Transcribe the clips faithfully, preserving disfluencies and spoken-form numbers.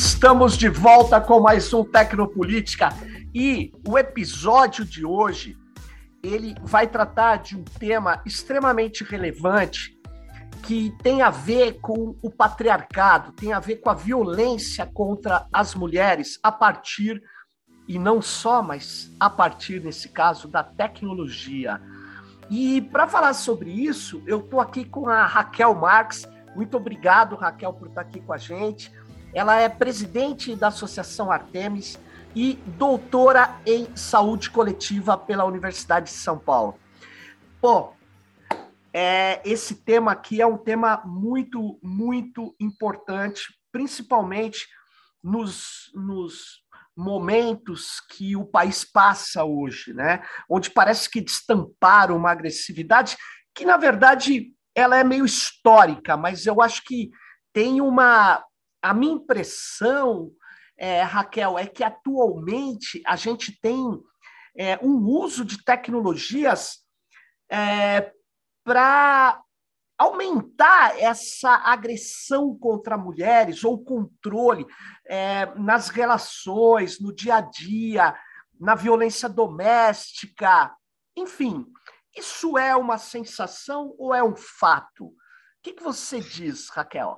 Estamos de volta com mais um Tecnopolítica e o episódio de hoje ele vai tratar de um tema extremamente relevante que tem a ver com o patriarcado, tem a ver com a violência contra as mulheres a partir, e não só, mas a partir, nesse caso, da tecnologia. E para falar sobre isso, eu estou aqui com a Raquel Marques. Muito obrigado, Raquel, por estar aqui com a gente. Ela é presidente da Associação Artemis e doutora em saúde coletiva pela Universidade de São Paulo. Pô, é, esse tema aqui é um tema muito, muito importante, principalmente nos, nos momentos que o país passa hoje, né? Onde parece que destamparam uma agressividade que, na verdade, ela é meio histórica, mas eu acho que tem uma... A minha impressão, é, Raquel, é que atualmente a gente tem é, um uso de tecnologias é, para aumentar essa agressão contra mulheres ou controle é, nas relações, no dia a dia, na violência doméstica, enfim. Isso é uma sensação ou é um fato? O que, que você diz, Raquel?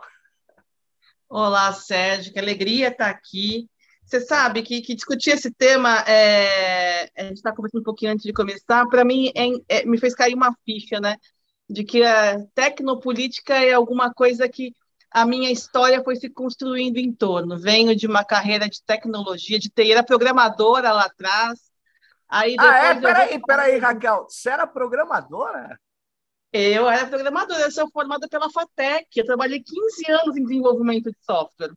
Olá, Sérgio, que alegria estar aqui. Você sabe que, que discutir esse tema, é, a gente está conversando um pouquinho antes de começar, para mim é, é, me fez cair uma ficha, né? De que a tecnopolítica é alguma coisa que a minha história foi se construindo em torno. Venho de uma carreira de tecnologia, de T I, era programadora lá atrás. Aí Ah, é? depois eu Peraí, vou... peraí, Raquel. Você era programadora? Eu era programadora, eu sou formada pela FATEC, eu trabalhei quinze anos em desenvolvimento de software.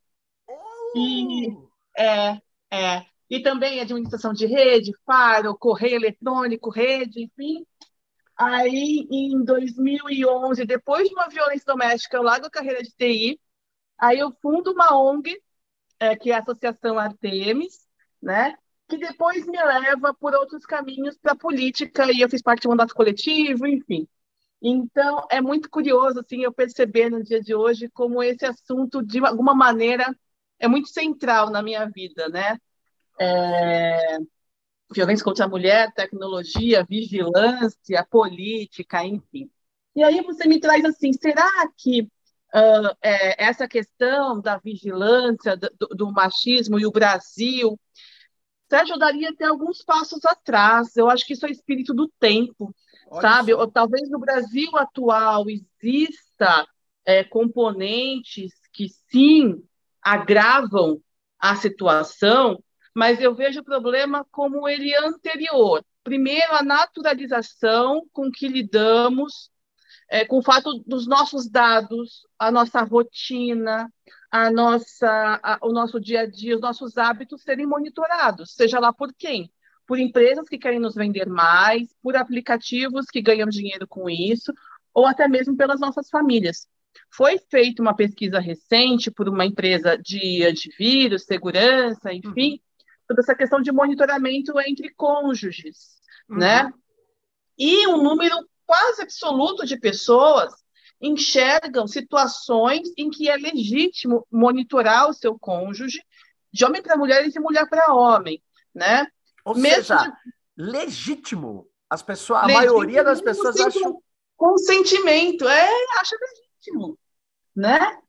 E, Uh! é, é, e também administração de rede, firewall, correio eletrônico, rede, enfim. Aí, em dois mil e onze, depois de uma violência doméstica, eu largo a carreira de T I, aí eu fundo uma O N G, é, que é a Associação Artemis, né? Que depois me leva por outros caminhos para a política, e eu fiz parte de um mandato coletivo, enfim. Então, é muito curioso assim, eu perceber no dia de hoje como esse assunto, de alguma maneira, é muito central na minha vida, né? É... Violência contra a mulher, tecnologia, vigilância, política, enfim. E aí você me traz assim, será que uh, é, essa questão da vigilância, do, do machismo e o Brasil, você ajudaria a ter alguns passos atrás? Eu acho que isso é espírito do tempo, Olha sabe? só. Ou talvez no Brasil atual exista é, componentes que sim agravam a situação, mas eu vejo o problema como ele é anterior. Primeiro, a naturalização com que lidamos é, com o fato dos nossos dados, a nossa rotina, a nossa, a, o nosso dia a dia, os nossos hábitos serem monitorados, seja lá por quem? Por empresas que querem nos vender mais, por aplicativos que ganham dinheiro com isso, ou até mesmo pelas nossas famílias. Foi feita uma pesquisa recente por uma empresa de antivírus, segurança, enfim, Uhum. toda essa questão de monitoramento entre cônjuges, né? Uhum. E um número quase absoluto de pessoas enxergam situações em que é legítimo monitorar o seu cônjuge, de homem para mulher e de mulher para homem, né? Ou Mesmo de seja, legítimo. As pessoas, a maioria das legítimo pessoas sem acham. consentimento, é, acha legítimo, né?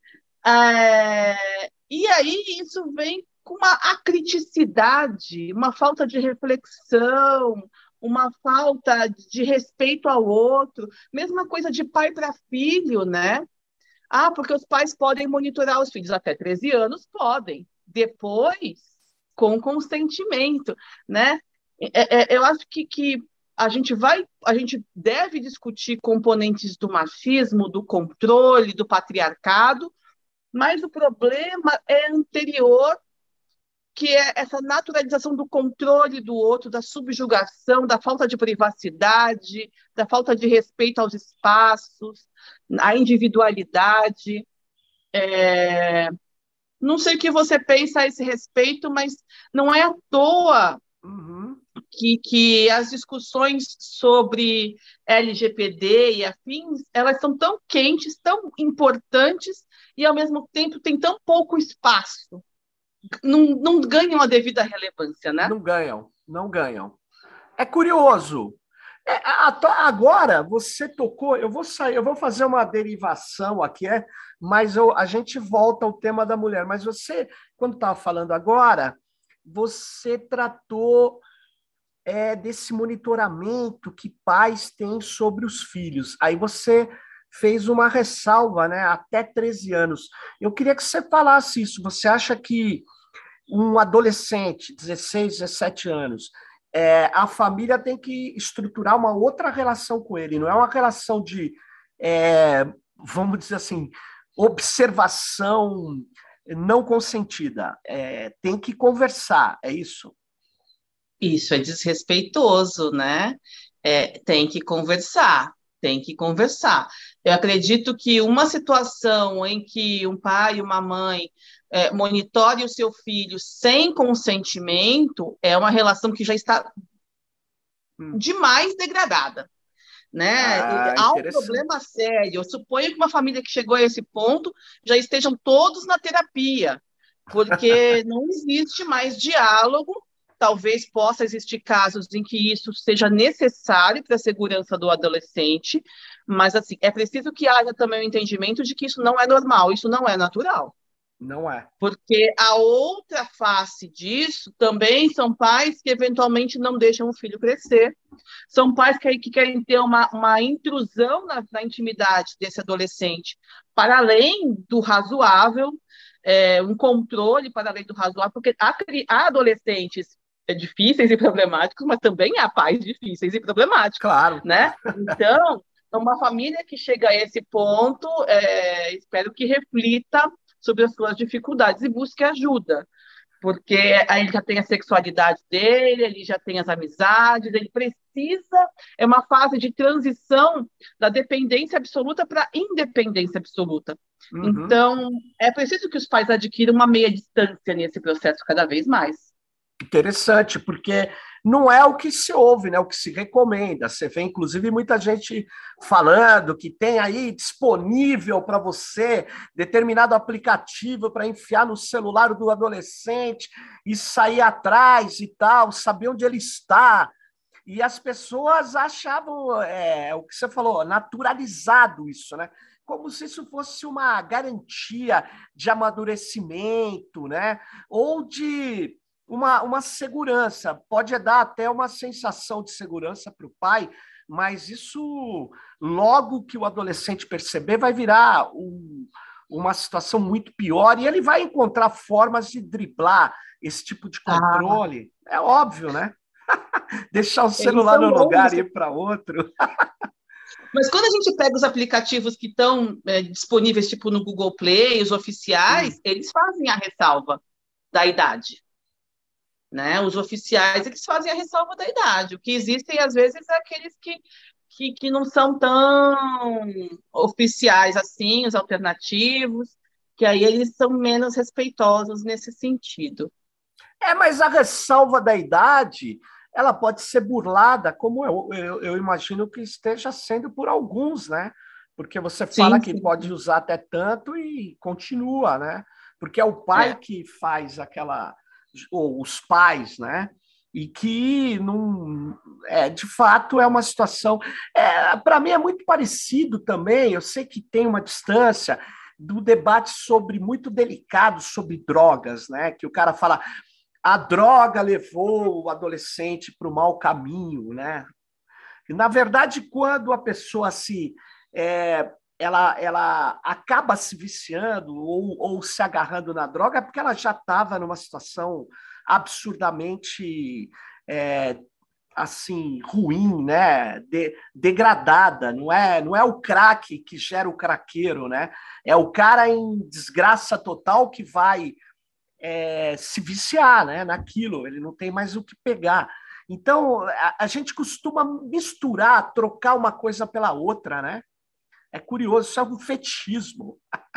É, e aí isso vem com uma acriticidade, uma falta de reflexão, uma falta de respeito ao outro, mesma coisa de pai para filho, né? Ah, porque os pais podem monitorar os filhos até treze anos, podem. Depois, com consentimento, né? É, é, eu acho que, que a gente vai, a gente deve discutir componentes do machismo, do controle, do patriarcado, mas o problema é anterior, que é essa naturalização do controle do outro, da subjugação, da falta de privacidade, da falta de respeito aos espaços, à individualidade. É... Não sei o que você pensa a esse respeito, mas não é à toa Uhum. que, que as discussões sobre L G P D e afins, elas são tão quentes, tão importantes, e ao mesmo tempo tem tão pouco espaço. não, não ganham a devida relevância, né? Não ganham, não ganham. É curioso. É, agora você tocou, eu vou sair, eu vou fazer uma derivação aqui, é, mas eu, a gente volta ao tema da mulher. Mas você, quando estava falando agora, você tratou é, desse monitoramento que pais têm sobre os filhos. Aí você fez uma ressalva, né? Até treze anos. Eu queria que você falasse isso. Você acha que um adolescente, dezesseis, dezessete anos, é, a família tem que estruturar uma outra relação com ele, não é uma relação de, é, vamos dizer assim, observação não consentida. É, tem que conversar, é isso? Isso é desrespeitoso, né? É, tem que conversar, tem que conversar. Eu acredito que uma situação em que um pai e uma mãe é, monitore o seu filho sem consentimento é uma relação que já está Hum. demais degradada, né? Ah, Há um problema sério. Eu suponho que uma família que chegou a esse ponto já estejam todos na terapia, porque não existe mais diálogo. Talvez possa existir casos em que isso seja necessário para a segurança do adolescente, mas assim, é preciso que haja também o entendimento de que isso não é normal, isso não é natural. Não é. Porque a outra face disso também são pais que eventualmente não deixam o filho crescer, são pais que, que querem ter uma, uma intrusão na, na intimidade desse adolescente, para além do razoável, é, um controle para além do razoável, porque há, há adolescentes difíceis e problemáticos, mas também há pais difíceis e problemáticos, Claro. né? Então, uma família que chega a esse ponto, é, espero que reflita sobre as suas dificuldades e busque ajuda, porque aí ele já tem a sexualidade dele, ele já tem as amizades, ele precisa, é uma fase de transição da dependência absoluta para a independência absoluta. Uhum. Então, é preciso que os pais adquiram uma meia distância nesse processo cada vez mais. Interessante, porque não é o que se ouve, né? O que se recomenda. Você vê, inclusive, muita gente falando que tem aí disponível para você determinado aplicativo para enfiar no celular do adolescente e sair atrás e tal, saber onde ele está. E as pessoas achavam, é, o que você falou, naturalizado isso, né? Como se isso fosse uma garantia de amadurecimento, né? Ou de Uma, uma segurança, pode dar até uma sensação de segurança para o pai, mas isso, logo que o adolescente perceber, vai virar um, uma situação muito pior e ele vai encontrar formas de driblar esse tipo de controle. Ah. É óbvio, né? Deixar o celular no lugar e ir para outro. Mas quando a gente pega os aplicativos que estão é, disponíveis, tipo no Google Play, os oficiais, hum. eles fazem a ressalva da idade. Né? Os oficiais eles fazem a ressalva da idade. O que existem, às vezes, é aqueles que, que, que não são tão oficiais assim, os alternativos, que aí eles são menos respeitosos nesse sentido. É, mas a ressalva da idade, ela pode ser burlada, como eu, eu, eu imagino que esteja sendo por alguns, né? Porque você fala sim, que sim. pode usar até tanto e continua, né? Porque é o pai é. que faz aquela... ou os pais, né? E que não, é, de fato é uma situação. É, para mim é muito parecido também. Eu sei que tem uma distância do debate sobre muito delicado sobre drogas, né? Que o cara fala a droga levou o adolescente para o mau caminho, né? E, na verdade, quando a pessoa se é, ela, ela acaba se viciando ou, ou se agarrando na droga é porque ela já estava numa situação absurdamente é, assim ruim, né? De, degradada. Não é, não é o crack que gera o craqueiro, né? É o cara em desgraça total que vai é, se viciar, né? Naquilo. Ele não tem mais o que pegar. Então, a, a gente costuma misturar, trocar uma coisa pela outra, né? É curioso, isso é um fetichismo.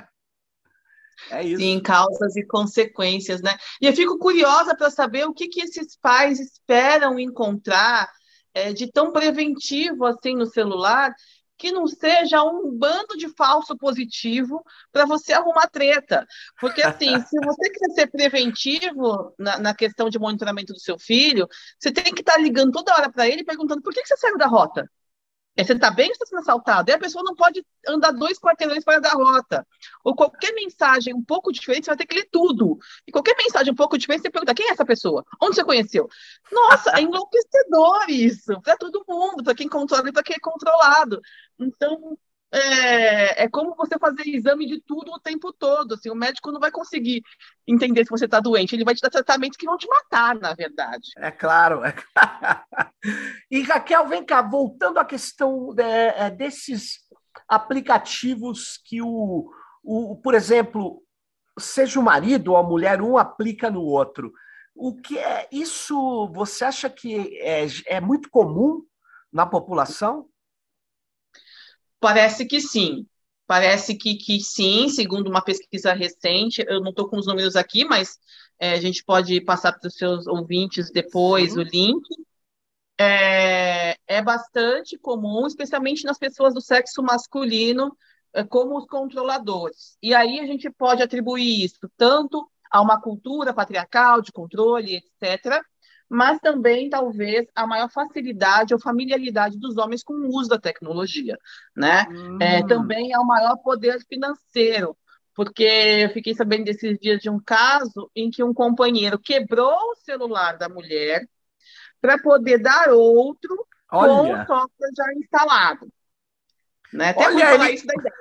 É isso. Sim, causas e consequências, né? E eu fico curiosa para saber o que, que esses pais esperam encontrar é, de tão preventivo assim no celular, que não seja um bando de falso positivo para você arrumar treta. Porque, assim, se você quiser ser preventivo na, na questão de monitoramento do seu filho, você tem que estar ligando toda hora para ele perguntando por que, que você saiu da rota? É, você está bem ou está sendo assaltado? E a pessoa não pode andar dois quarteirões fora da rota. Ou qualquer mensagem um pouco diferente, você vai ter que ler tudo. E qualquer mensagem um pouco diferente, você pergunta, quem é essa pessoa? Onde você conheceu? Nossa, é enlouquecedor isso. Para todo mundo, para quem controla e para quem é controlado. Então, é, é como você fazer exame de tudo o tempo todo. Assim, o médico não vai conseguir entender se você está doente. Ele vai te dar tratamentos que vão te matar, na verdade. É claro. É claro. E, Raquel, vem cá, voltando à questão é, desses aplicativos que, o, o, por exemplo, seja o marido ou a mulher, um aplica no outro. O que é isso? Você acha que é, é muito comum na população? Parece que sim. Parece que, que sim, segundo uma pesquisa recente. Eu não estou com os números aqui, mas é, a gente pode passar para os seus ouvintes depois sim. O link. É, é bastante comum, especialmente nas pessoas do sexo masculino, é, como os controladores. E aí a gente pode atribuir isso tanto a uma cultura patriarcal de controle, etcétera, mas também, talvez, a maior facilidade ou familiaridade dos homens com o uso da tecnologia, né? Hum. É, também é o maior poder financeiro, porque eu fiquei sabendo desses dias de um caso em que um companheiro quebrou o celular da mulher para poder dar outro Olha. Com o software já instalado. Né? Até Olha, ele... isso da ideia.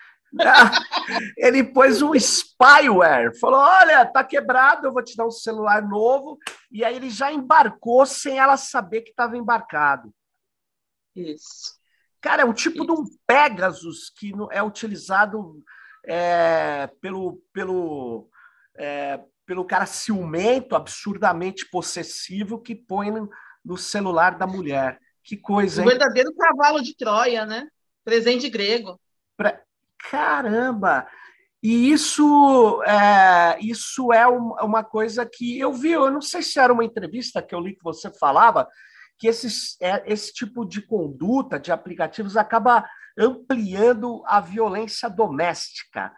Ele pôs um spyware, falou, olha, tá quebrado, eu vou te dar um celular novo, e aí ele já embarcou sem ela saber que estava embarcado. Isso. Cara, é um tipo Isso. de um Pegasus que é utilizado é, pelo, pelo, é, pelo cara ciumento, absurdamente possessivo, que põe no, no celular da mulher. Que coisa, hein? Um verdadeiro cavalo de Troia, né? Presente grego. Pra... Caramba! E isso é, isso é uma coisa que eu vi, eu não sei se era uma entrevista que eu li que você falava, que esses, é, esse tipo de conduta de aplicativos acaba ampliando a violência doméstica.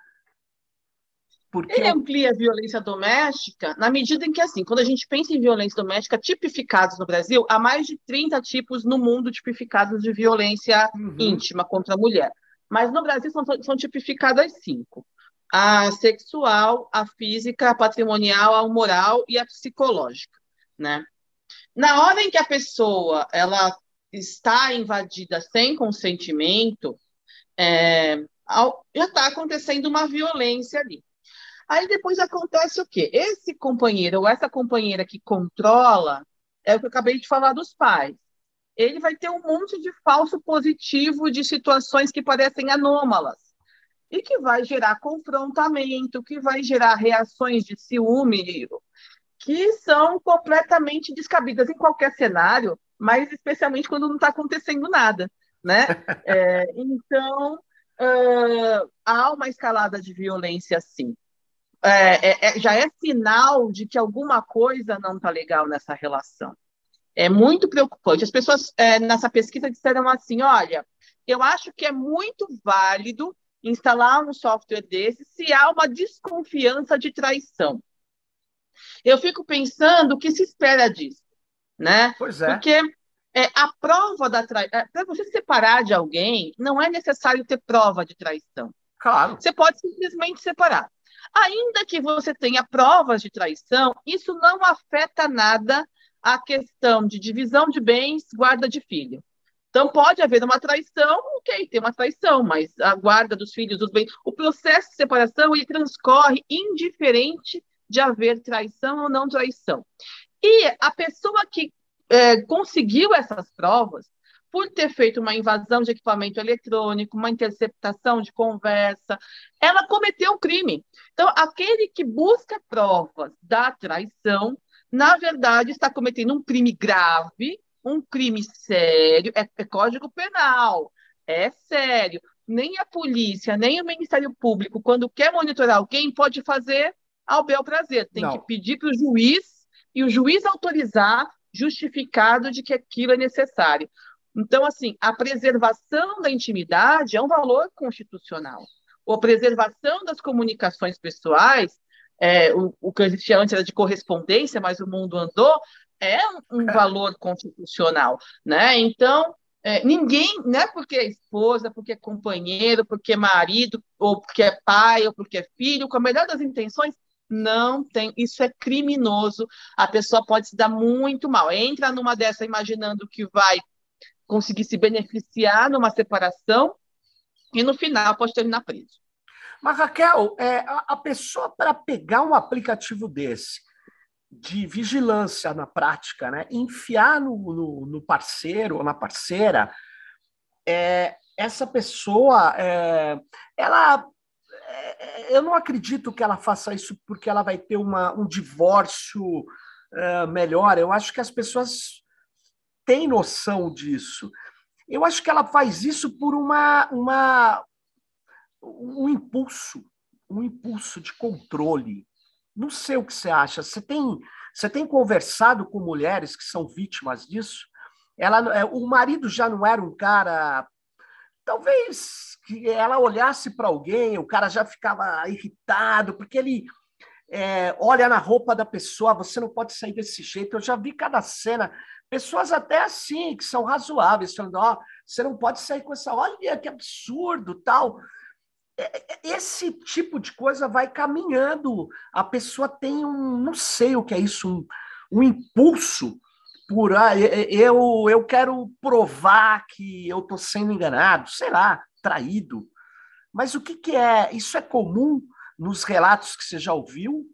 Porque Ele amplia a violência doméstica na medida em que, assim, quando a gente pensa em violência doméstica tipificados no Brasil, há mais de trinta tipos no mundo tipificados de violência uhum. íntima contra a mulher. Mas no Brasil são, são tipificadas cinco. A sexual, a física, a patrimonial, a moral e a psicológica, né? Na hora em que a pessoa ela está invadida sem consentimento, é, já está acontecendo uma violência ali. Aí depois acontece o quê? Esse companheiro ou essa companheira que controla, é o que eu acabei de falar dos pais. Ele vai ter um monte de falso positivo de situações que parecem anômalas e que vai gerar confrontamento, que vai gerar reações de ciúme, que são completamente descabidas em qualquer cenário, mas especialmente quando não está acontecendo nada, né? É, então, uh, há uma escalada de violência, sim. É, é, já é sinal de que alguma coisa não está legal nessa relação. É muito preocupante. As pessoas é, nessa pesquisa disseram assim, olha, eu acho que é muito válido instalar um software desse se há uma desconfiança de traição. Eu fico pensando o que se espera disso, né? Pois é. Porque é, a prova da traição... É, para você separar de alguém, não é necessário ter prova de traição. Claro. Você pode simplesmente separar. Ainda que você tenha provas de traição, isso não afeta nada a questão de divisão de bens, guarda de filho. Então, pode haver uma traição, ok, tem uma traição, mas a guarda dos filhos, dos bens... O processo de separação, ele transcorre indiferente de haver traição ou não traição. E a pessoa que é, conseguiu essas provas, por ter feito uma invasão de equipamento eletrônico, uma interceptação de conversa, ela cometeu um crime. Então, aquele que busca provas da traição, na verdade, está cometendo um crime grave, um crime sério, é, é Código Penal, é sério. Nem a polícia, nem o Ministério Público, quando quer monitorar alguém, pode fazer ao bel prazer. Tem Não. que pedir para o juiz, e o juiz autorizar, justificado de que aquilo é necessário. Então, assim, a preservação da intimidade é um valor constitucional. A preservação das comunicações pessoais, é, o, o que a gente antes era de correspondência, mas o mundo andou, é um, um valor constitucional, né? Então, é, ninguém, não é porque é esposa, porque é companheiro, porque é marido, ou porque é pai, ou porque é filho, com a melhor das intenções, não tem, isso é criminoso, a pessoa pode se dar muito mal. Entra numa dessa imaginando que vai conseguir se beneficiar numa separação e no final pode terminar preso. Mas, Raquel, é, a, a pessoa para pegar um aplicativo desse, de vigilância na prática, né, enfiar no, no, no parceiro ou na parceira, é, essa pessoa, é, ela, é, eu não acredito que ela faça isso porque ela vai ter uma, um divórcio é, melhor. Eu acho que as pessoas têm noção disso. Eu acho que ela faz isso por uma, uma, um impulso, um impulso de controle. Não sei o que você acha. Você tem, você tem conversado com mulheres que são vítimas disso? Ela, o marido já não era um cara... Talvez que ela olhasse para alguém, o cara já ficava irritado, porque ele é, olha na roupa da pessoa, você não pode sair desse jeito. Eu já vi cada cena, pessoas até assim, que são razoáveis, falando, ó, oh, você não pode sair com essa... Olha que absurdo, tal... Esse tipo de coisa vai caminhando. A pessoa tem um, não sei o que é isso, um, um impulso por, ah, eu, eu quero provar que eu estou sendo enganado, sei lá, traído. Mas o que, que é? Isso é comum nos relatos que você já ouviu?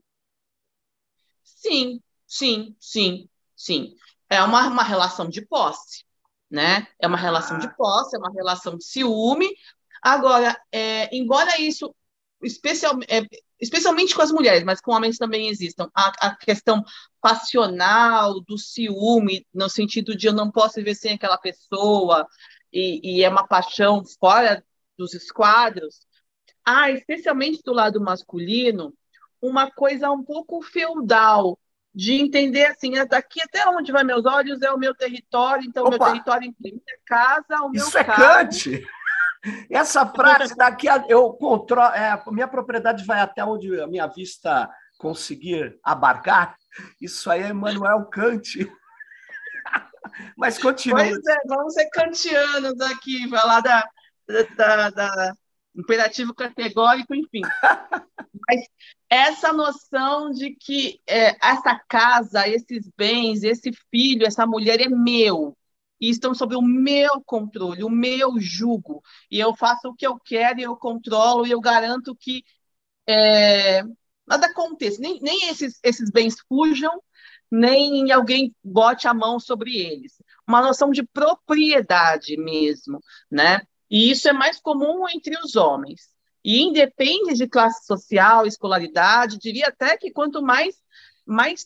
Sim, sim, sim, sim. É uma, uma relação de posse, né? É uma relação de Ah, posse, é uma relação de ciúme. Agora, é, embora isso, especial, é, especialmente com as mulheres, mas com homens também existam, a, a questão passional do ciúme, no sentido de eu não posso viver sem aquela pessoa, e, e é uma paixão fora dos esquadros, há, especialmente do lado masculino, uma coisa um pouco feudal, de entender assim, é daqui até onde vai meus olhos é o meu território, então o meu opa, território inclui minha casa, o meu isso é carro. Kant? Essa frase daqui, eu controlo, é, minha propriedade vai até onde a minha vista conseguir abarcar. Isso aí é Immanuel Kant. Mas continua. Pois é, vamos ser kantianos aqui, falar da, da, da imperativo categórico, enfim. Mas essa noção de que é, essa casa, esses bens, esse filho, essa mulher é meu, e estão sob o meu controle, o meu jugo, e eu faço o que eu quero, e eu controlo, e eu garanto que é, nada aconteça, nem, nem esses, esses bens fujam, nem alguém bote a mão sobre eles. Uma noção de propriedade mesmo, né? E isso é mais comum entre os homens. E independe de classe social, escolaridade, diria até que quanto mais, mais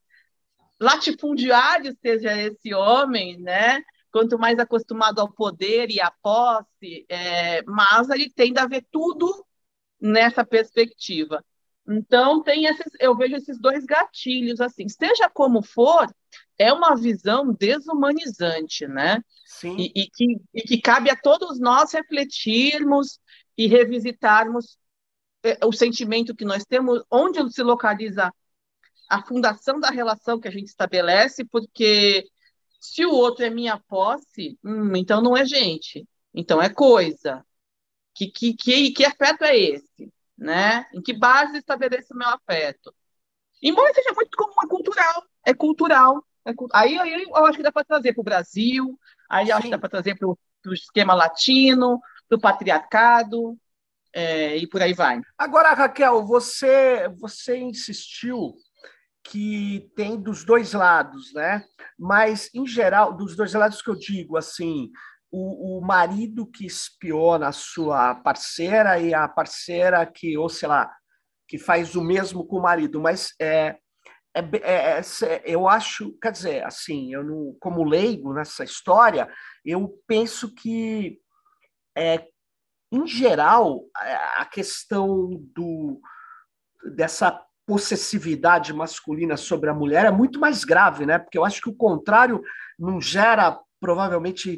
latifundiário seja esse homem, né? Quanto mais acostumado ao poder e à posse, é, mas ele tende a ver tudo nessa perspectiva. Então, tem esses, eu vejo esses dois gatilhos, assim, seja como for, é uma visão desumanizante, né? E, Sim. e, que, e que cabe a todos nós refletirmos e revisitarmos é, o sentimento que nós temos, onde se localiza a fundação da relação que a gente estabelece, porque se o outro é minha posse, hum, então não é gente, então é coisa. Que, que, que, que afeto é esse? Né? Em que base estabelece o meu afeto? Embora seja muito comum, é cultural. É cultural. É cu... aí, aí eu acho que dá para trazer para o Brasil, aí eu acho que dá Sim. para trazer para o esquema latino, para o patriarcado, é, e por aí vai. Agora, Raquel, você, você insistiu que tem dos dois lados, né? Mas, em geral, dos dois lados que eu digo, assim, o, o marido que espiona a sua parceira e a parceira que, ou sei lá, que faz o mesmo com o marido, mas é, é, é, é, eu acho, quer dizer, assim, eu não, como leigo nessa história, eu penso que, é, em geral, a questão do, dessa possessividade masculina sobre a mulher é muito mais grave, né? Porque eu acho que o contrário não gera provavelmente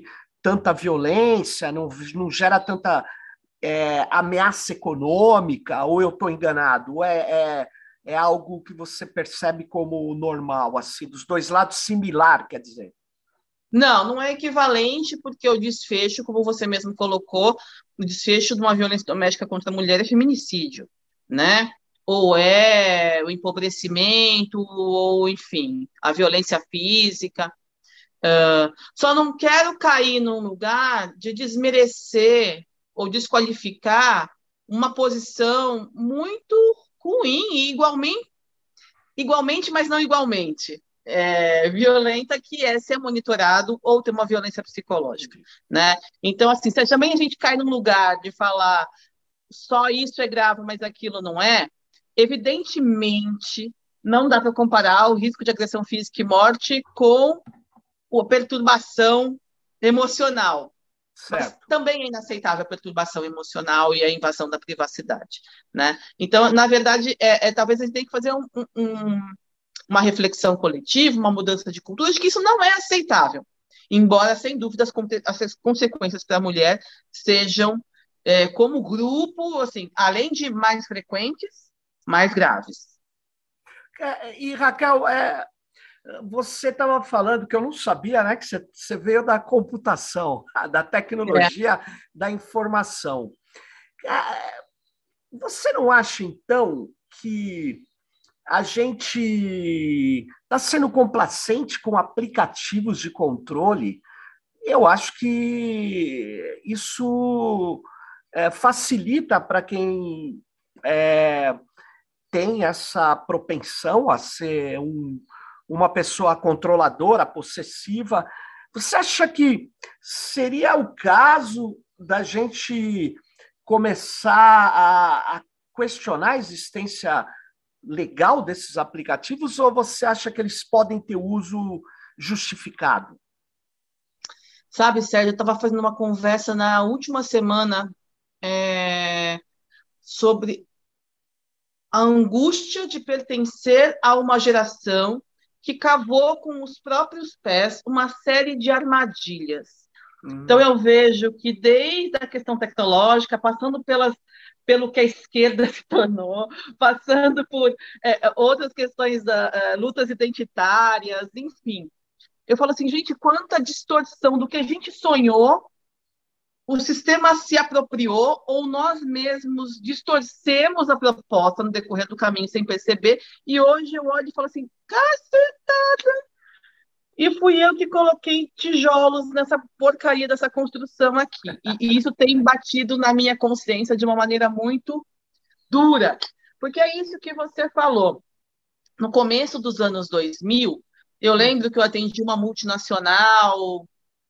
tanta violência, não, não gera tanta é, ameaça econômica, ou eu estou enganado? Ou é, é, é algo que você percebe como normal, assim, dos dois lados similar, quer dizer? Não, não é equivalente, porque o desfecho, como você mesmo colocou, o desfecho de uma violência doméstica contra a mulher é feminicídio, né? Ou é o empobrecimento, ou, enfim, a violência física. Uh, só não quero cair num lugar de desmerecer ou desqualificar uma posição muito ruim e igualmente, igualmente, mas não igualmente. É, violenta, que é ser monitorado ou ter uma violência psicológica, né? Então, assim, se também a gente cai num lugar de falar só isso é grave, mas aquilo não é, evidentemente não dá para comparar o risco de agressão física e morte com a perturbação emocional. Mas Certo. também é inaceitável a perturbação emocional e a invasão da privacidade, né? Então, na verdade, é, é talvez a gente tenha que fazer um, um, uma reflexão coletiva, uma mudança de cultura, de que isso não é aceitável. Embora, sem dúvida, as, as consequências para a mulher sejam, é, como grupo, assim, além de mais frequentes, mais graves. E, Raquel, é, você estava falando que eu não sabia, né? Que você, você veio da computação, da É. tecnologia, da informação. Você não acha, então, que a gente está sendo complacente com aplicativos de controle? Eu acho que isso é, facilita para quem é, tem essa propensão a ser um, uma pessoa controladora, possessiva. Você acha que seria o caso da gente começar a, a questionar a existência legal desses aplicativos, ou você acha que eles podem ter uso justificado? Sabe, Sérgio, eu estava fazendo uma conversa na última semana é, sobre a angústia de pertencer a uma geração que cavou com os próprios pés uma série de armadilhas. Então, Hum. eu vejo que desde a questão tecnológica, passando pelas, pelo que a esquerda se tornou, passando por é, outras questões da é, lutas identitárias, enfim. Eu falo assim, gente, quanta distorção do que a gente sonhou, o sistema se apropriou ou nós mesmos distorcemos a proposta no decorrer do caminho sem perceber, e hoje eu olho e falo assim, cacetada! E fui eu que coloquei tijolos nessa porcaria dessa construção aqui. E, e isso tem batido na minha consciência de uma maneira muito dura. Porque é isso que você falou. No começo dos anos dois mil, eu lembro que eu atendi uma multinacional,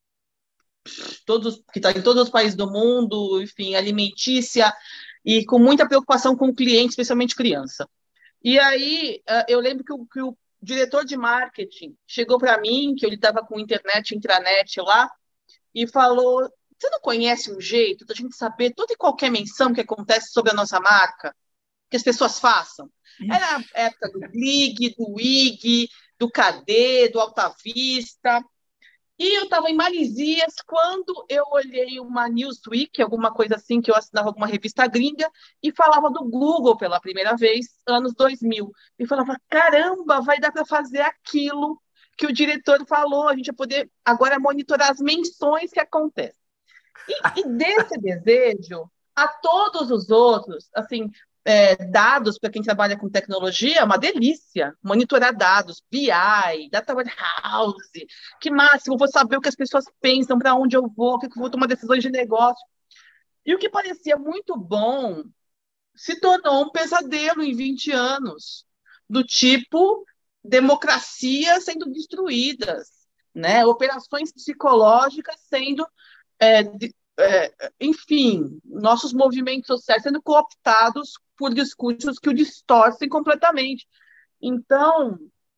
todos, que está em todos os países do mundo, enfim, alimentícia, e com muita preocupação com o cliente, especialmente criança. E aí, eu lembro que o, que o diretor de marketing chegou para mim, que ele estava com internet, intranet lá, e falou, você não conhece um jeito da gente saber toda e qualquer menção que acontece sobre a nossa marca? Que as pessoas façam? Era a época do Blig, do I G, do K D, do Alta Vista. E eu estava em Marizias quando eu olhei uma Newsweek, alguma coisa assim, que eu assinava alguma revista gringa, e falava do Google pela primeira vez, anos dois mil. E falava, caramba, vai dar para fazer aquilo que o diretor falou, a gente vai poder agora monitorar as menções que acontecem. E, e desse desejo, a todos os outros, assim, é, dados para quem trabalha com tecnologia é uma delícia. Monitorar dados, B I, Data Warehouse, que máximo, vou saber o que as pessoas pensam, para onde eu vou, o que eu vou tomar decisões de negócio. E o que parecia muito bom se tornou um pesadelo em vinte anos, do tipo democracia sendo destruídas, né? Operações psicológicas sendo é, de, é, enfim, nossos movimentos sociais sendo cooptados por discursos que o distorcem completamente. Então,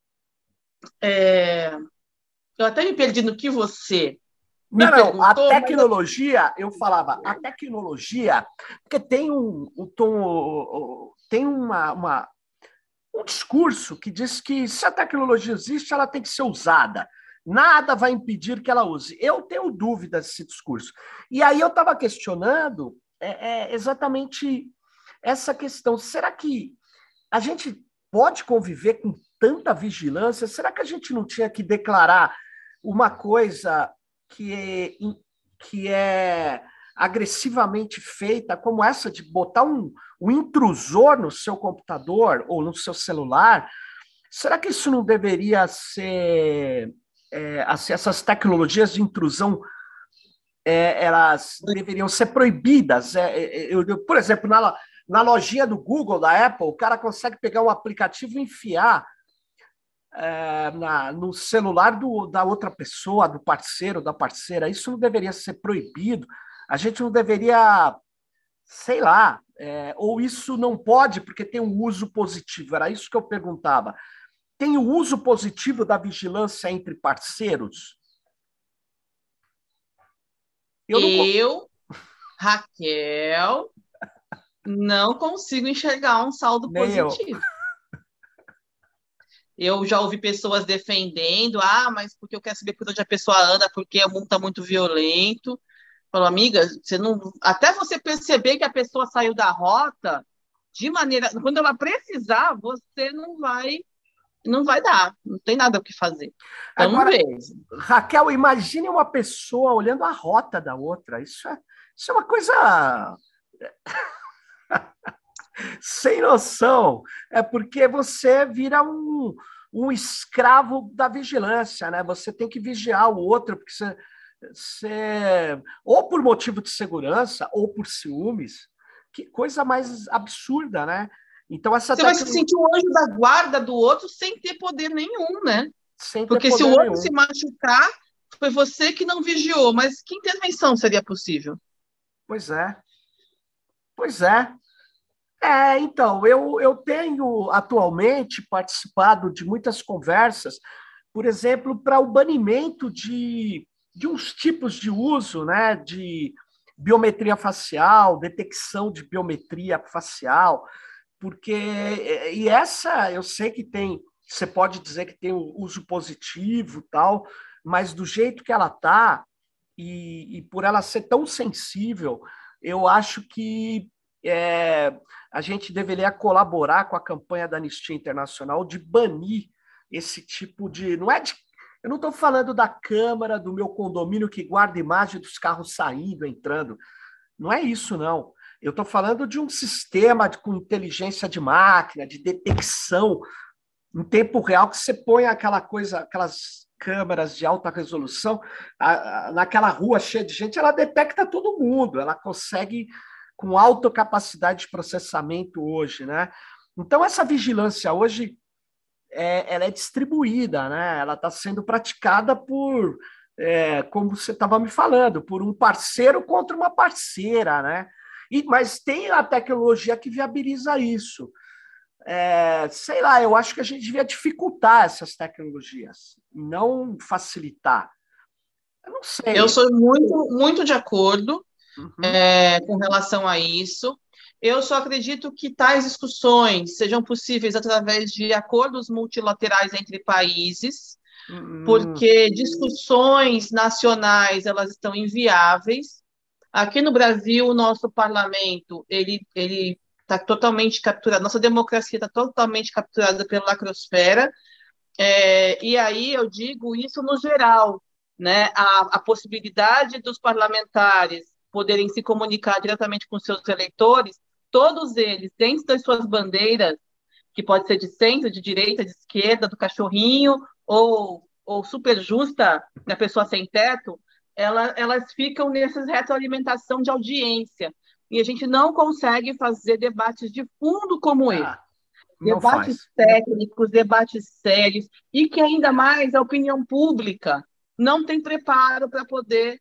é, eu até me perdi no que você me Não, não, a perguntou, mas... tecnologia, eu falava, a tecnologia, porque tem um, um tom, tem uma, uma, um discurso que diz que se a tecnologia existe, ela tem que ser usada. Nada vai impedir que ela use. Eu tenho dúvidas desse discurso. E aí eu estava questionando é, é, exatamente essa questão. Será que a gente pode conviver com tanta vigilância? Será que a gente não tinha que declarar uma coisa que é, que é agressivamente feita, como essa de botar um, um intrusor no seu computador ou no seu celular? Será que isso não deveria ser... É, assim, essas tecnologias de intrusão, é, elas deveriam ser proibidas? É, é, eu, eu, por exemplo, na, na lojinha do Google, da Apple, o cara consegue pegar um aplicativo e enfiar é, na, no celular do, da outra pessoa, do parceiro, da parceira. Isso não deveria ser proibido? A gente não deveria, sei lá, é, ou isso não pode porque tem um uso positivo? Era isso que eu perguntava. Tem o uso positivo da vigilância entre parceiros? Eu, não... eu Raquel, não consigo enxergar um saldo Nem positivo. Eu. eu já ouvi pessoas defendendo, ah, mas porque eu quero saber por onde a pessoa anda, porque o mundo está muito violento. Falou, amiga, você não... até você perceber que a pessoa saiu da rota, de maneira... quando ela precisar, você não vai... não vai dar, não tem nada o que fazer. Então, agora, não vejo. Raquel, imagine uma pessoa olhando a rota da outra. Isso é, isso é uma coisa sem noção. É porque você vira um, um escravo da vigilância, né? Você tem que vigiar o outro, porque você, você... ou por motivo de segurança, ou por ciúmes. Que coisa mais absurda, né? Então, essa você tecnologia... vai se sentir o anjo da guarda do outro sem ter poder nenhum, né? Sem Porque ter se o poder outro nenhum. se machucar, foi você que não vigiou. Mas que intervenção seria possível? Pois é. Pois é. É, então, eu, eu tenho atualmente participado de muitas conversas, por exemplo, para o banimento de, de uns tipos de uso, né, de biometria facial, detecção de biometria facial, porque, e essa eu sei que tem, você pode dizer que tem o uso positivo e tal, mas do jeito que ela está, e, e por ela ser tão sensível, eu acho que é, a gente deveria colaborar com a campanha da Anistia Internacional de banir esse tipo de... Não é de, eu não estou falando da câmera do meu condomínio que guarda imagem dos carros saindo, entrando. Não é isso, não. Eu estou falando de um sistema de, com inteligência de máquina, de detecção em tempo real, que você põe aquela coisa, aquelas câmeras de alta resolução, a, a, naquela rua cheia de gente, ela detecta todo mundo, ela consegue com alta capacidade de processamento hoje, né? Então, essa vigilância hoje, é, ela é distribuída, né? Ela está sendo praticada por, é, como você estava me falando, por um parceiro contra uma parceira, né? E, mas tem a tecnologia que viabiliza isso. É, sei lá, eu acho que a gente devia dificultar essas tecnologias, não facilitar. Eu não sei. Eu sou muito, muito de acordo. Uhum. É, com relação a isso. Eu só acredito que tais discussões sejam possíveis através de acordos multilaterais entre países, uhum. porque discussões nacionais elas estão inviáveis. Aqui no Brasil, o nosso parlamento ele ele está totalmente capturado, nossa democracia está totalmente capturada pela lacrosfera, é, e aí eu digo isso no geral, né? A, a possibilidade dos parlamentares poderem se comunicar diretamente com seus eleitores, todos eles, dentro das suas bandeiras, que pode ser de centro, de direita, de esquerda, do cachorrinho, ou, ou super justa, da pessoa sem teto, ela, elas ficam nessas retroalimentação de audiência. E a gente não consegue fazer debates de fundo como esse. Ah, debates faz. técnicos, debates sérios, e que ainda mais a opinião pública não tem preparo para poder...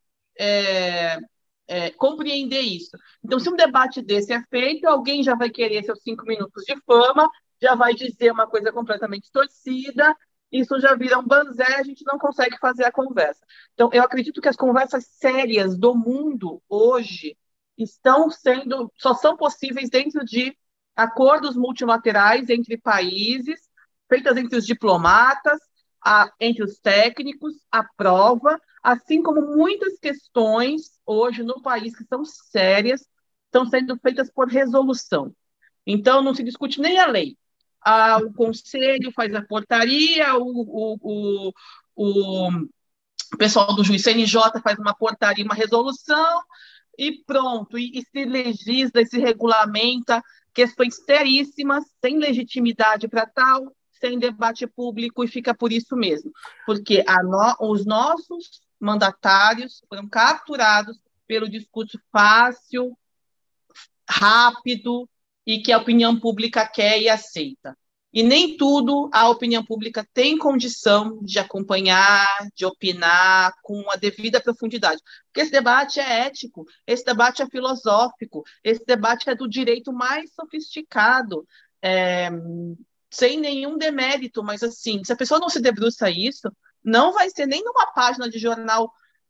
É, É, compreender isso. Então, se um debate desse é feito, alguém já vai querer seus cinco minutos de fama, já vai dizer uma coisa completamente torcida, isso já vira um banzé, a gente não consegue fazer a conversa. Então, eu acredito que as conversas sérias do mundo hoje estão sendo, só são possíveis dentro de acordos multilaterais entre países, feitas entre os diplomatas, a, entre os técnicos, a prova, assim como muitas questões hoje no país que são sérias, estão sendo feitas por resolução. Então, não se discute nem a lei. Ah, o conselho faz a portaria, o, o, o, o, o pessoal do juiz C N J faz uma portaria, uma resolução, e pronto. E, e se legisla, e se regulamenta questões seríssimas, sem legitimidade para tal, sem debate público, e fica por isso mesmo. Porque a no, os nossos mandatários foram capturados pelo discurso fácil, rápido, e que a opinião pública quer e aceita. E nem tudo a opinião pública tem condição de acompanhar, de opinar com a devida profundidade. Porque esse debate é ético, esse debate é filosófico, esse debate é do direito mais sofisticado, é, sem nenhum demérito, mas assim, se a pessoa não se debruça isso, não vai ser nem numa página de jornal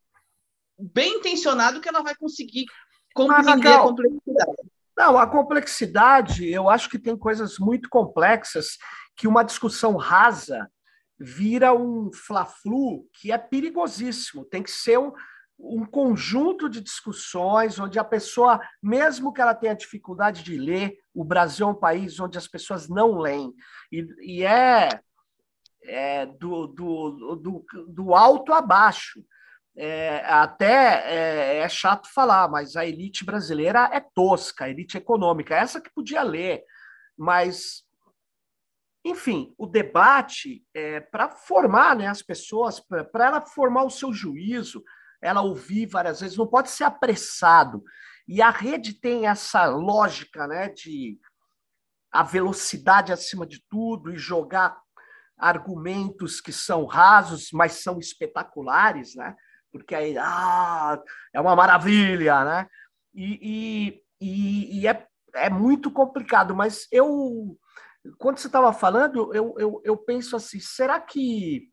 bem intencionado que ela vai conseguir compreender ah, a complexidade. Não, a complexidade, eu acho que tem coisas muito complexas que uma discussão rasa vira um fla-flu que é perigosíssimo. Tem que ser um, um conjunto de discussões onde a pessoa, mesmo que ela tenha dificuldade de ler, o Brasil é um país onde as pessoas não leem. E, e é, é do, do, do, do alto a baixo. É, até é, é chato falar, mas a elite brasileira é tosca, a elite econômica, essa que podia ler, mas, enfim, o debate é para formar, né, as pessoas, para ela formar o seu juízo, ela ouvir várias vezes, não pode ser apressado, e a rede tem essa lógica, né, de a velocidade acima de tudo e jogar argumentos que são rasos, mas são espetaculares, né? Porque aí ah, é uma maravilha, né? E, e, e é, é muito complicado, mas eu, quando você estava falando, eu, eu, eu penso assim, será que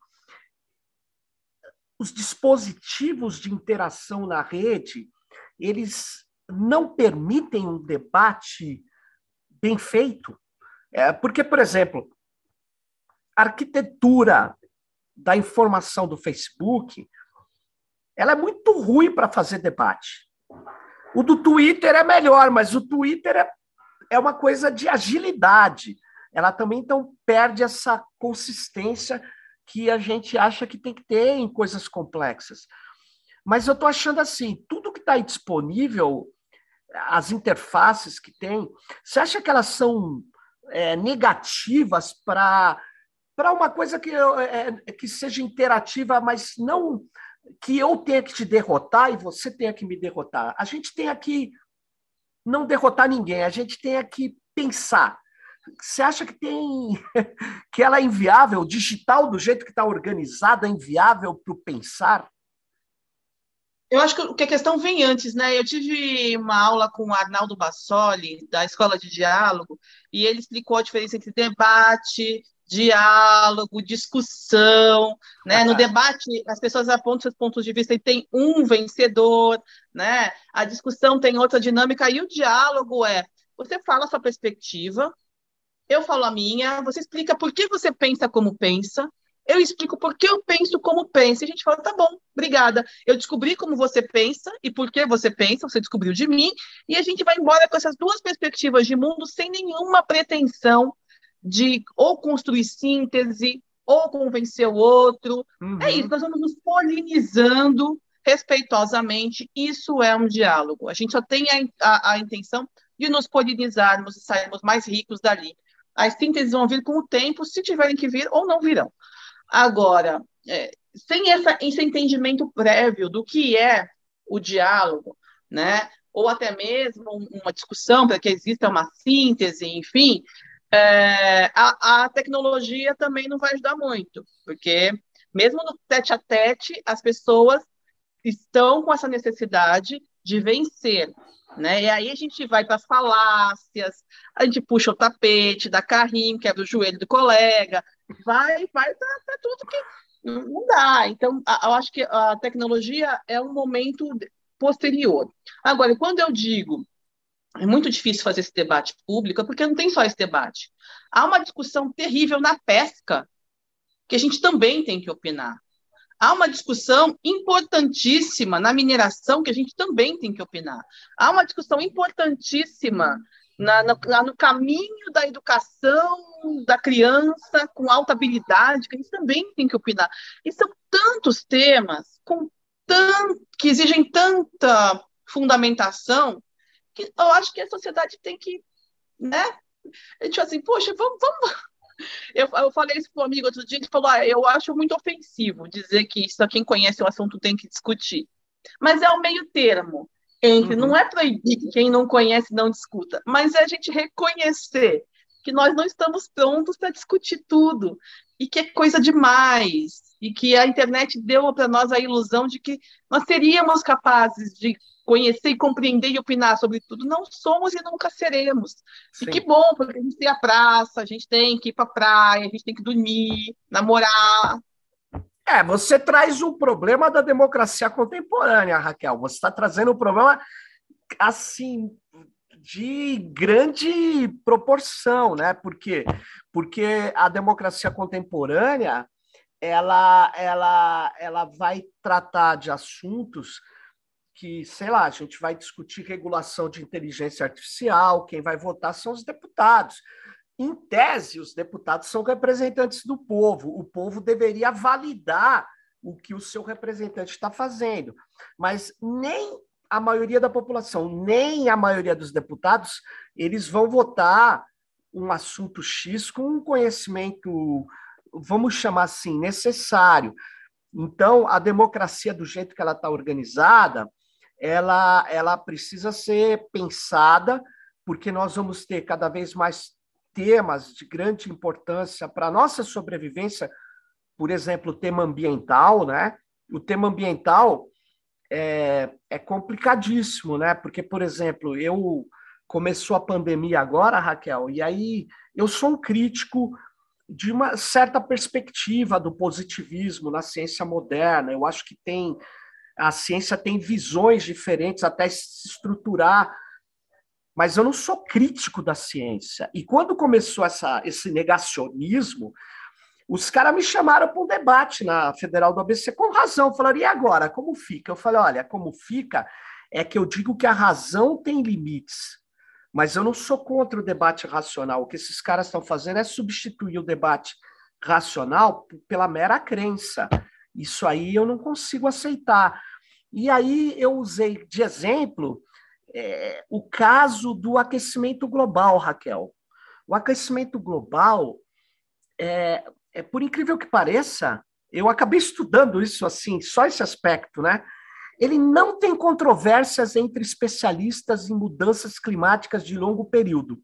os dispositivos de interação na rede, eles não permitem um debate bem feito? É, porque, por exemplo, a arquitetura da informação do Facebook, ela é muito ruim para fazer debate. O do Twitter é melhor, mas o Twitter é, é uma coisa de agilidade. Ela também, então, perde essa consistência que a gente acha que tem que ter em coisas complexas. Mas eu estou achando assim, tudo que está aí disponível, as interfaces que tem, você acha que elas são é, negativas para para uma coisa que, é, que seja interativa, mas não que eu tenha que te derrotar e você tenha que me derrotar. A gente tem aqui não derrotar ninguém, a gente tem aqui pensar. Você acha que tem que ela é inviável? O digital, do jeito que está organizado, é inviável para o pensar? Eu acho que a questão vem antes, né? Eu tive uma aula com o Arnaldo Bassoli, da Escola de Diálogo, e ele explicou a diferença entre debate, diálogo, discussão, né? No debate, as pessoas apontam seus pontos de vista e tem um vencedor, né? A discussão tem outra dinâmica, e o diálogo é, você fala a sua perspectiva, eu falo a minha, você explica por que você pensa como pensa, eu explico por que eu penso como penso, e a gente fala, tá bom, obrigada, eu descobri como você pensa e por que você pensa, você descobriu de mim, e a gente vai embora com essas duas perspectivas de mundo sem nenhuma pretensão de ou construir síntese, ou convencer o outro. Uhum. É isso, nós vamos nos polinizando respeitosamente, isso é um diálogo. A gente só tem a, a, a intenção de nos polinizarmos e sairmos mais ricos dali. As sínteses vão vir com o tempo, se tiverem que vir ou não virão. Agora, é, sem essa, esse entendimento prévio do que é o diálogo, né? Ou até mesmo uma discussão para que exista uma síntese, enfim, é, a, a tecnologia também não vai ajudar muito, porque mesmo no tete-a-tete, as pessoas estão com essa necessidade de vencer, né? E aí a gente vai para as falácias, a gente puxa o tapete, dá carrinho, quebra o joelho do colega, vai, vai para tudo que não dá. Então, a, eu acho que a tecnologia é um momento posterior. Agora, quando eu digo é muito difícil fazer esse debate público, porque não tem só esse debate. Há uma discussão terrível na pesca, que a gente também tem que opinar. Há uma discussão importantíssima na mineração que a gente também tem que opinar. Há uma discussão importantíssima na, na, no caminho da educação da criança com alta habilidade, que a gente também tem que opinar. E são tantos temas com tan, que exigem tanta fundamentação que eu acho que a sociedade tem que, né? A gente fala assim, poxa, vamos... vamos... Eu, eu falei isso para um amigo outro dia, ele falou, ah, eu acho muito ofensivo dizer que só quem conhece o assunto tem que discutir. Mas é o meio termo entre, uhum. Não é proibir que quem não conhece não discuta, mas é a gente reconhecer que nós não estamos prontos para discutir tudo, e que é coisa demais, e que a internet deu para nós a ilusão de que nós seríamos capazes de conhecer e compreender e opinar sobre tudo. Não somos e nunca seremos. Sim. E que bom, porque a gente tem a praça, a gente tem que ir para a praia, a gente tem que dormir, namorar. É, você traz um problema da democracia contemporânea, Raquel. Você está trazendo um problema, assim, de grande proporção, né? Por quê? Porque a democracia contemporânea, ela, ela, ela vai tratar de assuntos que, sei lá, a gente vai discutir regulação de inteligência artificial, quem vai votar são os deputados. Em tese, os deputados são representantes do povo, o povo deveria validar o que o seu representante está fazendo, mas nem a maioria da população, nem a maioria dos deputados, eles vão votar um assunto X com um conhecimento, vamos chamar assim, necessário. Então, a democracia, do jeito que ela está organizada, ela, ela precisa ser pensada, porque nós vamos ter cada vez mais temas de grande importância para a nossa sobrevivência, por exemplo, o tema ambiental, né? O tema ambiental é, é complicadíssimo, né? Porque, por exemplo, eu começou a pandemia agora, Raquel, e aí eu sou um crítico de uma certa perspectiva do positivismo na ciência moderna. Eu acho que tem a ciência tem visões diferentes até se estruturar, mas eu não sou crítico da ciência. E quando começou essa, esse negacionismo, os caras me chamaram para um debate na Federal do A B C com razão. Falaram, e agora, como fica? Eu falei, olha, como fica é que eu digo que a razão tem limites, mas eu não sou contra o debate racional. O que esses caras estão fazendo é substituir o debate racional pela mera crença. Isso aí eu não consigo aceitar. E aí eu usei de exemplo é, o caso do aquecimento global, Raquel. O aquecimento global, é, é, por incrível que pareça, eu acabei estudando isso assim, só esse aspecto, né? Ele não tem controvérsias entre especialistas em mudanças climáticas de longo período.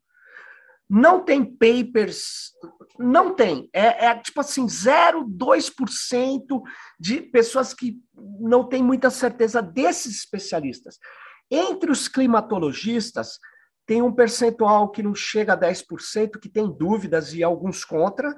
Não tem papers, não tem. É, é tipo assim, zero vírgula dois por cento de pessoas que não têm muita certeza desses especialistas. Entre os climatologistas, tem um percentual que não chega a dez por cento, que tem dúvidas e alguns contra.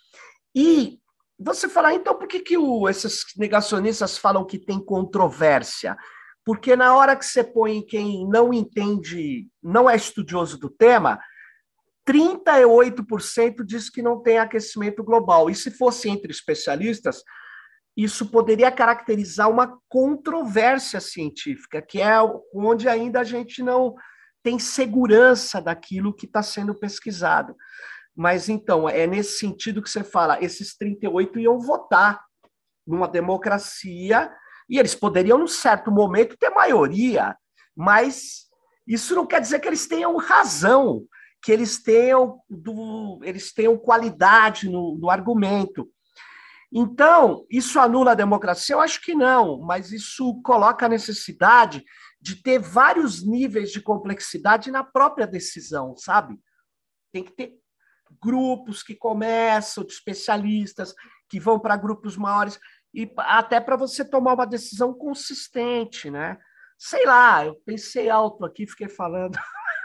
E você fala, então por que, que o, esses negacionistas falam que tem controvérsia? Porque na hora que você põe quem não entende, não é estudioso do tema, trinta e oito por cento diz que não tem aquecimento global. E se fosse entre especialistas, isso poderia caracterizar uma controvérsia científica, que é onde ainda a gente não tem segurança daquilo que está sendo pesquisado. Mas, então, é nesse sentido que você fala, esses trinta e oito iam votar numa democracia, e eles poderiam, num certo momento, ter maioria, mas isso não quer dizer que eles tenham razão, que eles tenham, do, eles tenham qualidade no, no argumento. Então, isso anula a democracia? Eu acho que não, mas isso coloca a necessidade de ter vários níveis de complexidade na própria decisão, sabe? Tem que ter grupos que começam, de especialistas, que vão para grupos maiores, e até para você tomar uma decisão consistente, né? Sei lá, eu pensei alto aqui, fiquei falando.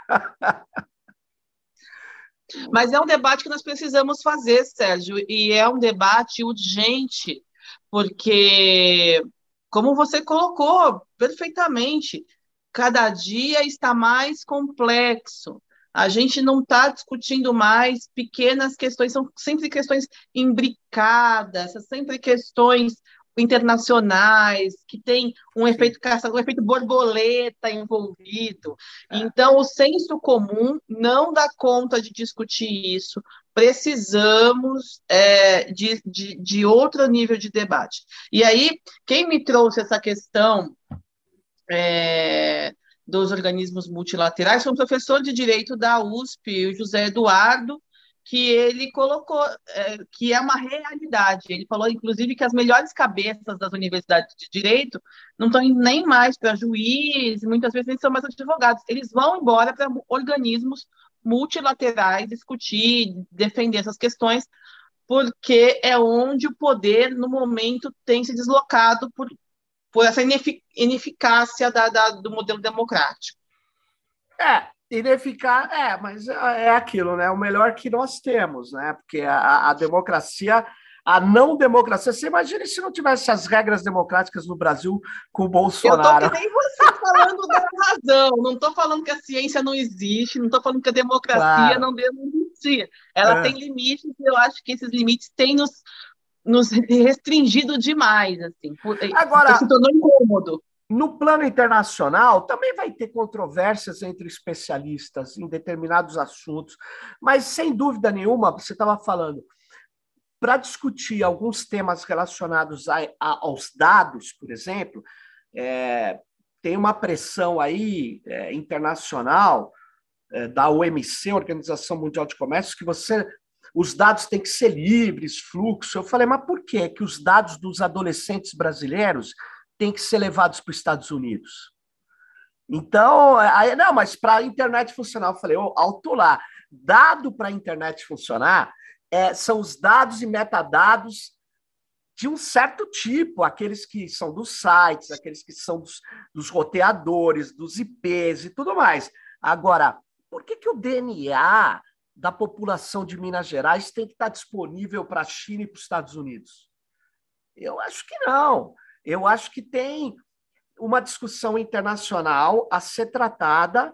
Mas é um debate que nós precisamos fazer, Sérgio, e é um debate urgente, porque, como você colocou perfeitamente, cada dia está mais complexo. A gente não está discutindo mais pequenas questões, são sempre questões imbricadas, são sempre questões internacionais, que tem um Sim. efeito caça, um efeito borboleta envolvido. Então, o senso comum não dá conta de discutir isso. Precisamos é, de, de, de outro nível de debate. E aí, quem me trouxe essa questão é, dos organismos multilaterais foi um professor de direito da U S P, o José Eduardo, que ele colocou é, que é uma realidade. Ele falou, inclusive, que as melhores cabeças das universidades de direito não estão indo nem mais para juiz, muitas vezes nem são mais advogados. Eles vão embora para organismos multilaterais discutir, defender essas questões, porque é onde o poder, no momento, tem se deslocado por, por essa ineficácia da, da, do modelo democrático. É, ineficaz, é, mas é aquilo, né? O melhor que nós temos, né? Porque a, a democracia, a não democracia, você imagina se não tivesse as regras democráticas no Brasil com o Bolsonaro. Eu tô que nem você falando da razão, não estou falando que a ciência não existe, não estou falando que a democracia Claro. não deve existir. Ela É. tem limites, e eu acho que esses limites têm nos, nos restringido demais, assim. Agora, se tornou incômodo. No plano internacional, também vai ter controvérsias entre especialistas em determinados assuntos, mas, sem dúvida nenhuma, você estava falando, para discutir alguns temas relacionados a, a, aos dados, por exemplo, é, tem uma pressão aí é, internacional é, da O M C, Organização Mundial de Comércio, que você, os dados têm que ser livres, fluxo. Eu falei, mas por que que os dados dos adolescentes brasileiros têm que ser levados para os Estados Unidos? Então, aí, não, mas para a internet funcionar, eu falei, oh, alto lá, dado para a internet funcionar, é, são os dados e metadados de um certo tipo, aqueles que são dos sites, aqueles que são dos, dos roteadores, dos I Ps e tudo mais. Agora, por que que o D N A da população de Minas Gerais tem que estar disponível para a China e para os Estados Unidos? Eu acho que não. Eu acho que tem uma discussão internacional a ser tratada,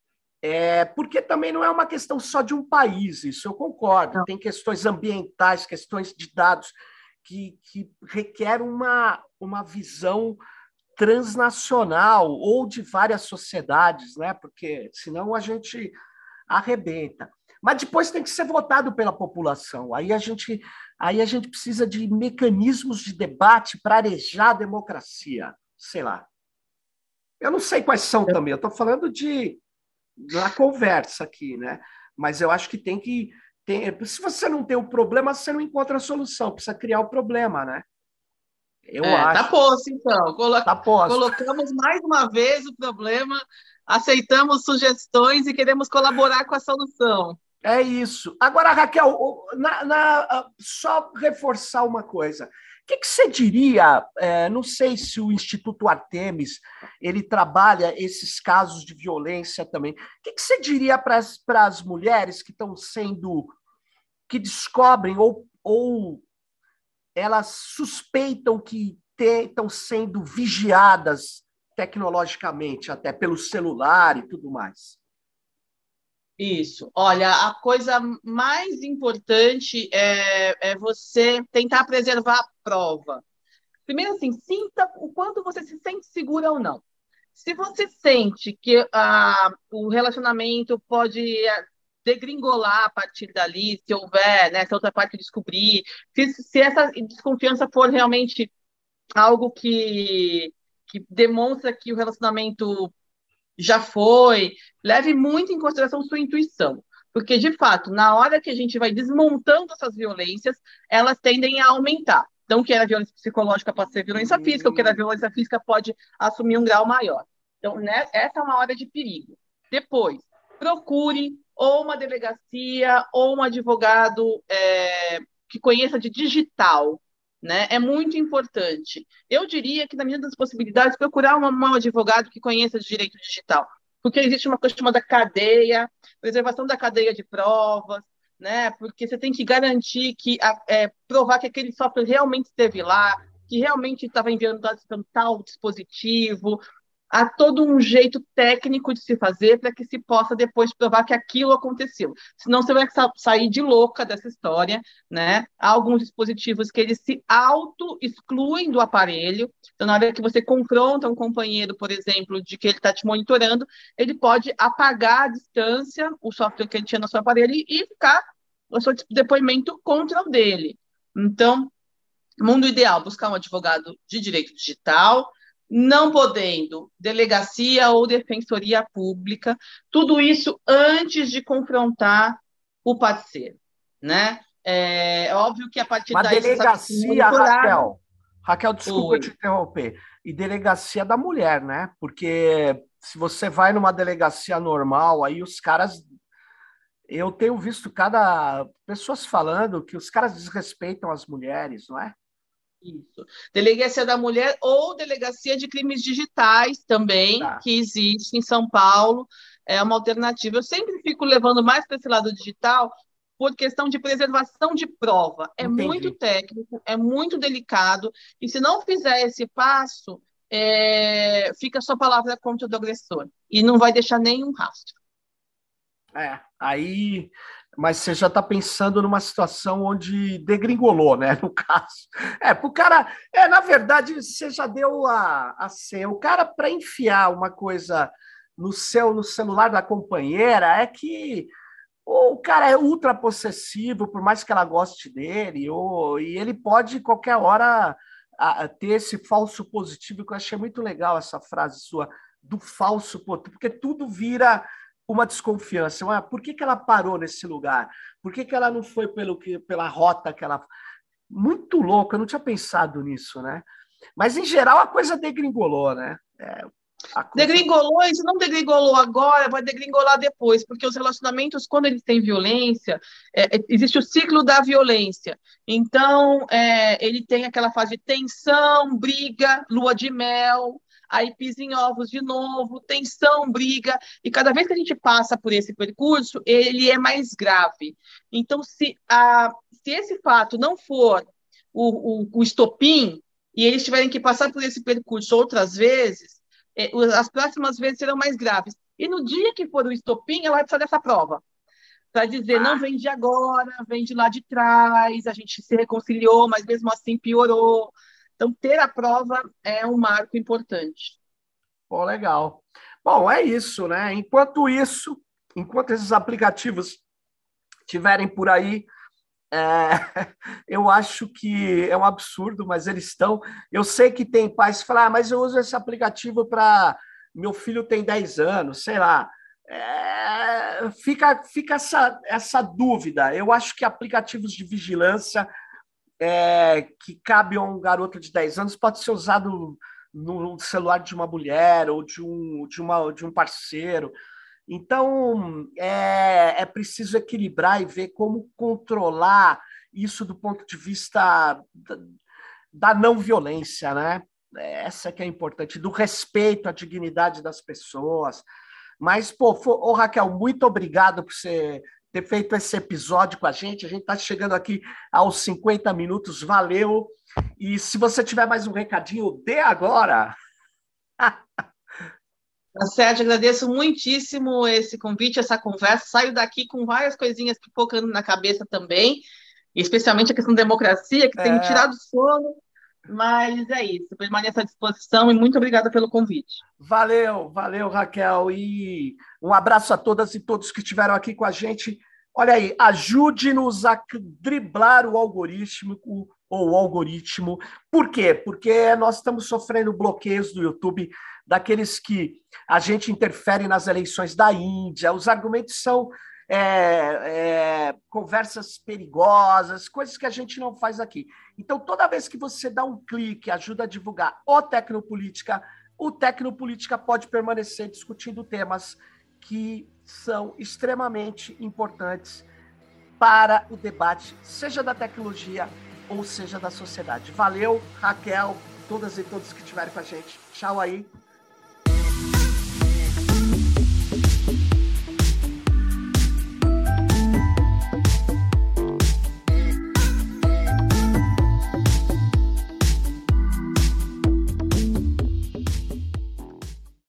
é, porque também não é uma questão só de um país, isso eu concordo. Não. Tem questões ambientais, questões de dados que, que requerem uma, uma visão transnacional ou de várias sociedades, né? Porque senão a gente arrebenta. Mas depois tem que ser votado pela população. Aí a gente, aí a gente precisa de mecanismos de debate para arejar a democracia. Sei lá. Eu não sei quais são também. Eu estou falando de na conversa aqui, né? Mas eu acho que tem que ter. Se você não tem o problema, você não encontra a solução. Precisa criar o problema, né? Eu é, acho. Tá posto, então. Colo... Tá posto. Colocamos mais uma vez o problema, aceitamos sugestões e queremos colaborar com a solução. É isso. Agora, Raquel, na, na, só reforçar uma coisa. O que, que você diria? É, não sei se o Instituto Artemis ele trabalha esses casos de violência também. O que, que você diria para as mulheres que estão sendo, que descobrem ou, ou elas suspeitam que estão sendo vigiadas tecnologicamente, até pelo celular e tudo mais? Isso. Olha, a coisa mais importante é, é você tentar preservar a prova. Primeiro, assim, sinta o quanto você se sente segura ou não. Se você sente que ah, o relacionamento pode degringolar a partir dali, se houver, né, se a outra parte descobrir, se, se essa desconfiança for realmente algo que, que demonstra que o relacionamento já foi, leve muito em consideração sua intuição, porque, de fato, na hora que a gente vai desmontando essas violências, elas tendem a aumentar. Então, o que era violência psicológica pode ser violência física, o que era violência física pode assumir um grau maior. Então, né, essa é uma hora de perigo. Depois, procure ou uma delegacia ou um advogado é, que conheça de digital, né? É muito importante. Eu diria que, na medida das possibilidades, procurar um, um advogado que conheça de direito digital, porque existe uma coisa chamada cadeia, preservação da cadeia de provas, né? Porque você tem que garantir que é, provar que aquele software realmente esteve lá, que realmente estava enviando dados para tal dispositivo. há todo um jeito técnico de se fazer para que se possa depois provar que aquilo aconteceu. Senão você vai sair de louca dessa história, né? Há alguns dispositivos que eles se auto-excluem do aparelho. Então, na hora que você confronta um companheiro, por exemplo, de que ele está te monitorando, ele pode apagar à distância o software que ele tinha no seu aparelho e ficar o seu depoimento contra o dele. Então, mundo ideal, buscar um advogado de direito digital, não podendo delegacia ou defensoria pública, tudo isso antes de confrontar o parceiro, né? É óbvio que a partir Uma daí... delegacia, Raquel, Raquel, desculpa Oi. te interromper, e delegacia da mulher, né? Porque se você vai numa delegacia normal, aí os caras... Eu tenho visto cada pessoas falando que os caras desrespeitam as mulheres, não é? Isso. Delegacia da Mulher ou Delegacia de Crimes Digitais também, Tá. que existe em São Paulo, é uma alternativa. Eu sempre fico levando mais para esse lado digital por questão de preservação de prova. É Entendi. muito técnico, é muito delicado, e se não fizer esse passo, é... fica a sua palavra contra o do agressor, e não vai deixar nenhum rastro. É, aí... Mas você já está pensando numa situação onde degringolou, né? No caso. É, pro cara. É, na verdade, você já deu a, a senha. O cara, para enfiar uma coisa no seu, no celular da companheira, é que ou o cara é ultra possessivo, por mais que ela goste dele, ou, e ele pode, qualquer hora, a, a ter esse falso positivo, que eu achei muito legal essa frase sua, do falso positivo, porque tudo vira uma desconfiança. Ah, por que, que ela parou nesse lugar? Por que, que ela não foi pelo que, pela rota que ela... Muito louco, eu não tinha pensado nisso, né? Mas, em geral, a coisa degringolou, né? É, coisa... Degringolou, e se não degringolou agora, vai degringolar depois, porque os relacionamentos, quando eles têm violência, é, existe o ciclo da violência. Então, é, ele tem aquela fase de tensão, briga, lua de mel, aí pisa em ovos de novo, tensão, briga, e cada vez que a gente passa por esse percurso, ele é mais grave. Então, se, a, se esse fato não for o, o, o estopim, e eles tiverem que passar por esse percurso outras vezes, as próximas vezes serão mais graves. E no dia que for o estopim, ela vai precisar dessa prova, para dizer, ah. não vem de agora, vem de lá de trás, a gente se reconciliou, mas mesmo assim piorou. Então, ter a prova é um marco importante. Pô, legal. Bom, é isso, né? Enquanto isso, enquanto esses aplicativos estiverem por aí, é, eu acho que é um absurdo, mas eles estão... Eu sei que tem pais que falam, ah, mas eu uso esse aplicativo para... Meu filho tem dez anos, sei lá. É, fica fica essa, essa dúvida. Eu acho que aplicativos de vigilância é, que cabe a um garoto de dez anos pode ser usado no celular de uma mulher ou de um, de uma, de um parceiro. Então, é, é preciso equilibrar e ver como controlar isso do ponto de vista da, da não violência, né? Essa que é importante, do respeito à dignidade das pessoas. Mas, pô, ô, Raquel, muito obrigado por você ter feito esse episódio com a gente. A gente está chegando aqui aos cinquenta minutos, valeu. E se você tiver mais um recadinho, dê agora. Sérgio, agradeço muitíssimo esse convite, essa conversa. Saio daqui com várias coisinhas pipocando na cabeça também, especialmente a questão da democracia, que é. tem me tirado o sono. Mas é isso, permaneço à disposição e muito obrigada pelo convite. Valeu, valeu, Raquel. E um abraço a todas e todos que estiveram aqui com a gente. Olha aí, ajude-nos a driblar o algoritmo, ou o algoritmo. Por quê? Porque nós estamos sofrendo bloqueios do YouTube daqueles que a gente interfere nas eleições da Índia. Os argumentos são é, é, conversas perigosas, coisas que a gente não faz aqui. Então, toda vez que você dá um clique, ajuda a divulgar o Tecnopolítica, o Tecnopolítica pode permanecer discutindo temas que são extremamente importantes para o debate, seja da tecnologia ou seja da sociedade. Valeu, Raquel, todas e todos que estiveram com a gente. Tchau aí.